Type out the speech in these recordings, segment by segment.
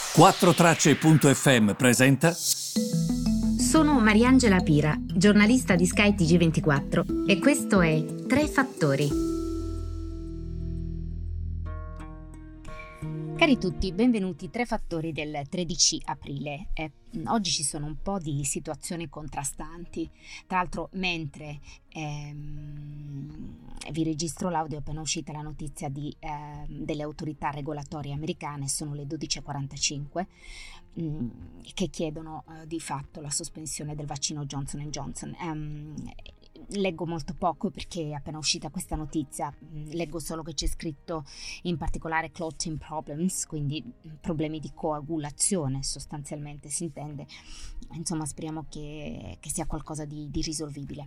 4Tracce.fm presenta. Sono Mariangela Pira, giornalista di Sky TG24 e questo è Tre Fattori. Cari tutti, benvenuti. Tre Fattori del 13 aprile. Oggi ci sono un po' di situazioni contrastanti. Tra l'altro, mentre vi registro l'audio, è appena uscita la notizia delle autorità regolatorie americane, sono le 12:45, che chiedono di fatto la sospensione del vaccino Johnson & Johnson. Leggo molto poco perché è appena uscita questa notizia, leggo solo che c'è scritto in particolare clotting problems, quindi problemi di coagulazione sostanzialmente si intende. Insomma, speriamo che sia qualcosa di risolvibile.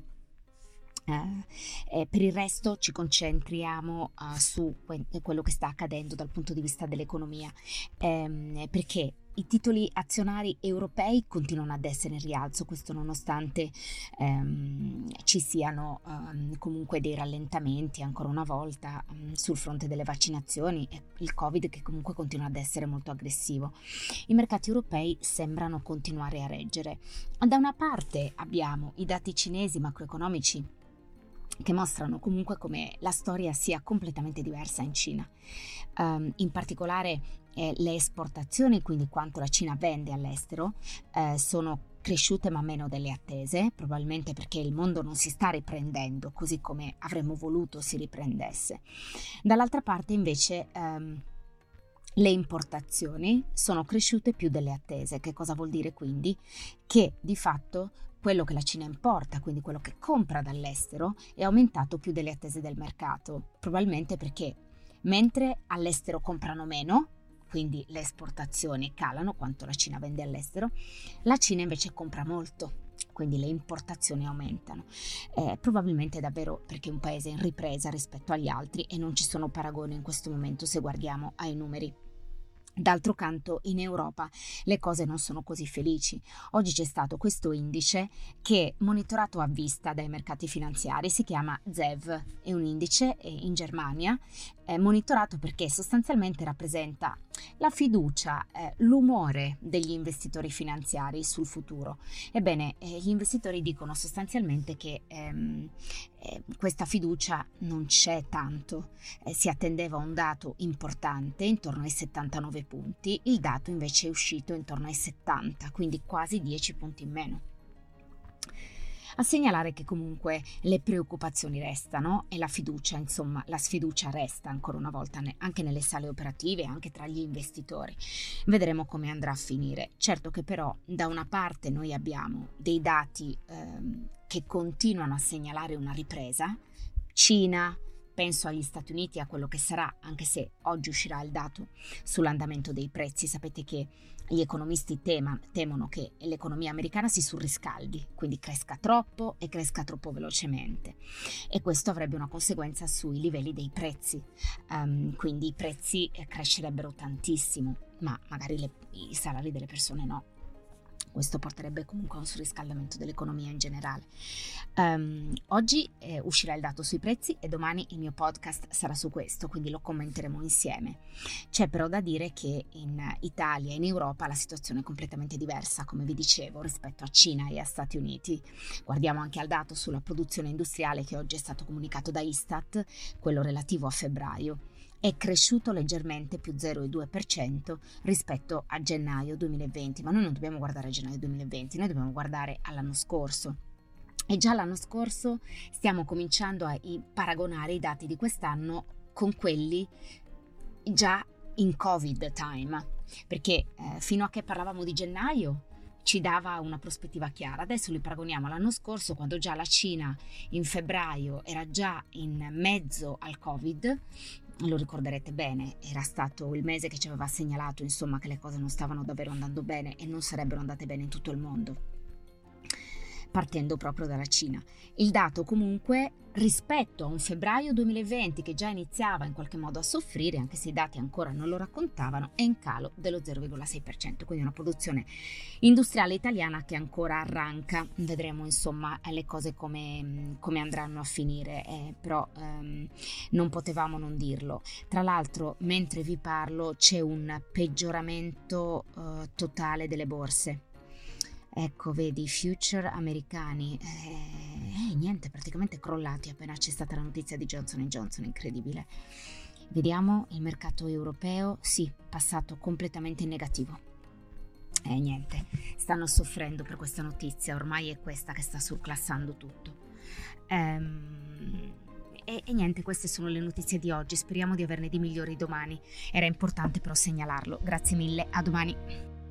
Per il resto ci concentriamo su quello che sta accadendo dal punto di vista dell'economia, perché i titoli azionari europei continuano ad essere in rialzo, questo nonostante ci siano comunque dei rallentamenti ancora una volta sul fronte delle vaccinazioni e il Covid che comunque continua ad essere molto aggressivo. I mercati europei sembrano continuare a reggere. Da una parte abbiamo i dati cinesi macroeconomici che mostrano comunque come la storia sia completamente diversa in Cina. In particolare le esportazioni, quindi quanto la Cina vende all'estero, sono cresciute ma meno delle attese, probabilmente perché il mondo non si sta riprendendo così come avremmo voluto si riprendesse. Dall'altra parte invece le importazioni sono cresciute più delle attese. Che cosa vuol dire quindi? Che di fatto quello che la Cina importa, quindi quello che compra dall'estero, è aumentato più delle attese del mercato, probabilmente perché mentre all'estero comprano meno, quindi le esportazioni calano quanto la Cina vende all'estero, la Cina invece compra molto, quindi le importazioni aumentano. Probabilmente davvero perché è un paese in ripresa rispetto agli altri e non ci sono paragoni in questo momento se guardiamo ai numeri. D'altro canto in Europa le cose non sono così felici. Oggi c'è stato questo indice che è monitorato a vista dai mercati finanziari, si chiama ZEV, è un indice in Germania, monitorato perché sostanzialmente rappresenta la fiducia, l'umore degli investitori finanziari sul futuro. Ebbene, gli investitori dicono sostanzialmente che questa fiducia non c'è tanto, si attendeva un dato importante intorno ai 79 punti, il dato invece è uscito intorno ai 70, quindi quasi 10 punti in meno. A segnalare che comunque le preoccupazioni restano e la fiducia, insomma, la sfiducia resta ancora una volta anche nelle sale operative, anche tra gli investitori. Vedremo come andrà a finire. Certo che però da una parte noi abbiamo dei dati che continuano a segnalare una ripresa, Cina, penso agli Stati Uniti, a quello che sarà, anche se oggi uscirà il dato sull'andamento dei prezzi. Sapete che gli economisti temono che l'economia americana si surriscaldi, quindi cresca troppo e cresca troppo velocemente. E questo avrebbe una conseguenza sui livelli dei prezzi, quindi i prezzi crescerebbero tantissimo, ma magari i salari delle persone no. Questo porterebbe comunque a un surriscaldamento dell'economia in generale. Oggi uscirà il dato sui prezzi e domani il mio podcast sarà su questo, quindi lo commenteremo insieme. C'è però da dire che in Italia e in Europa la situazione è completamente diversa, come vi dicevo, rispetto a Cina e a Stati Uniti. Guardiamo anche al dato sulla produzione industriale che oggi è stato comunicato da Istat, quello relativo a febbraio. È cresciuto leggermente più 0,2% rispetto a gennaio 2020, ma noi non dobbiamo guardare a gennaio 2020, noi dobbiamo guardare all'anno scorso. E già l'anno scorso stiamo cominciando a paragonare i dati di quest'anno con quelli già in Covid time, perché fino a che parlavamo di gennaio ci dava una prospettiva chiara. Adesso li paragoniamo all'anno scorso, quando già la Cina in febbraio era già in mezzo al Covid. Lo ricorderete bene, era stato il mese che ci aveva segnalato insomma che le cose non stavano davvero andando bene e non sarebbero andate bene in tutto il mondo. partendo proprio dalla Cina. Il dato comunque rispetto a un febbraio 2020 che già iniziava in qualche modo a soffrire, anche se i dati ancora non lo raccontavano, è in calo dello 0,6%, quindi una produzione industriale italiana che ancora arranca. Vedremo insomma le cose come andranno a finire, però non potevamo non dirlo. Tra l'altro, mentre vi parlo, c'è un peggioramento totale delle borse. Ecco, vedi, i future americani, niente, praticamente crollati appena c'è stata la notizia di Johnson & Johnson, incredibile. Vediamo il mercato europeo, sì, passato completamente in negativo. Niente, stanno soffrendo per questa notizia, ormai è questa che sta surclassando tutto. E niente, queste sono le notizie di oggi, speriamo di averne di migliori domani. Era importante però segnalarlo. Grazie mille, a domani.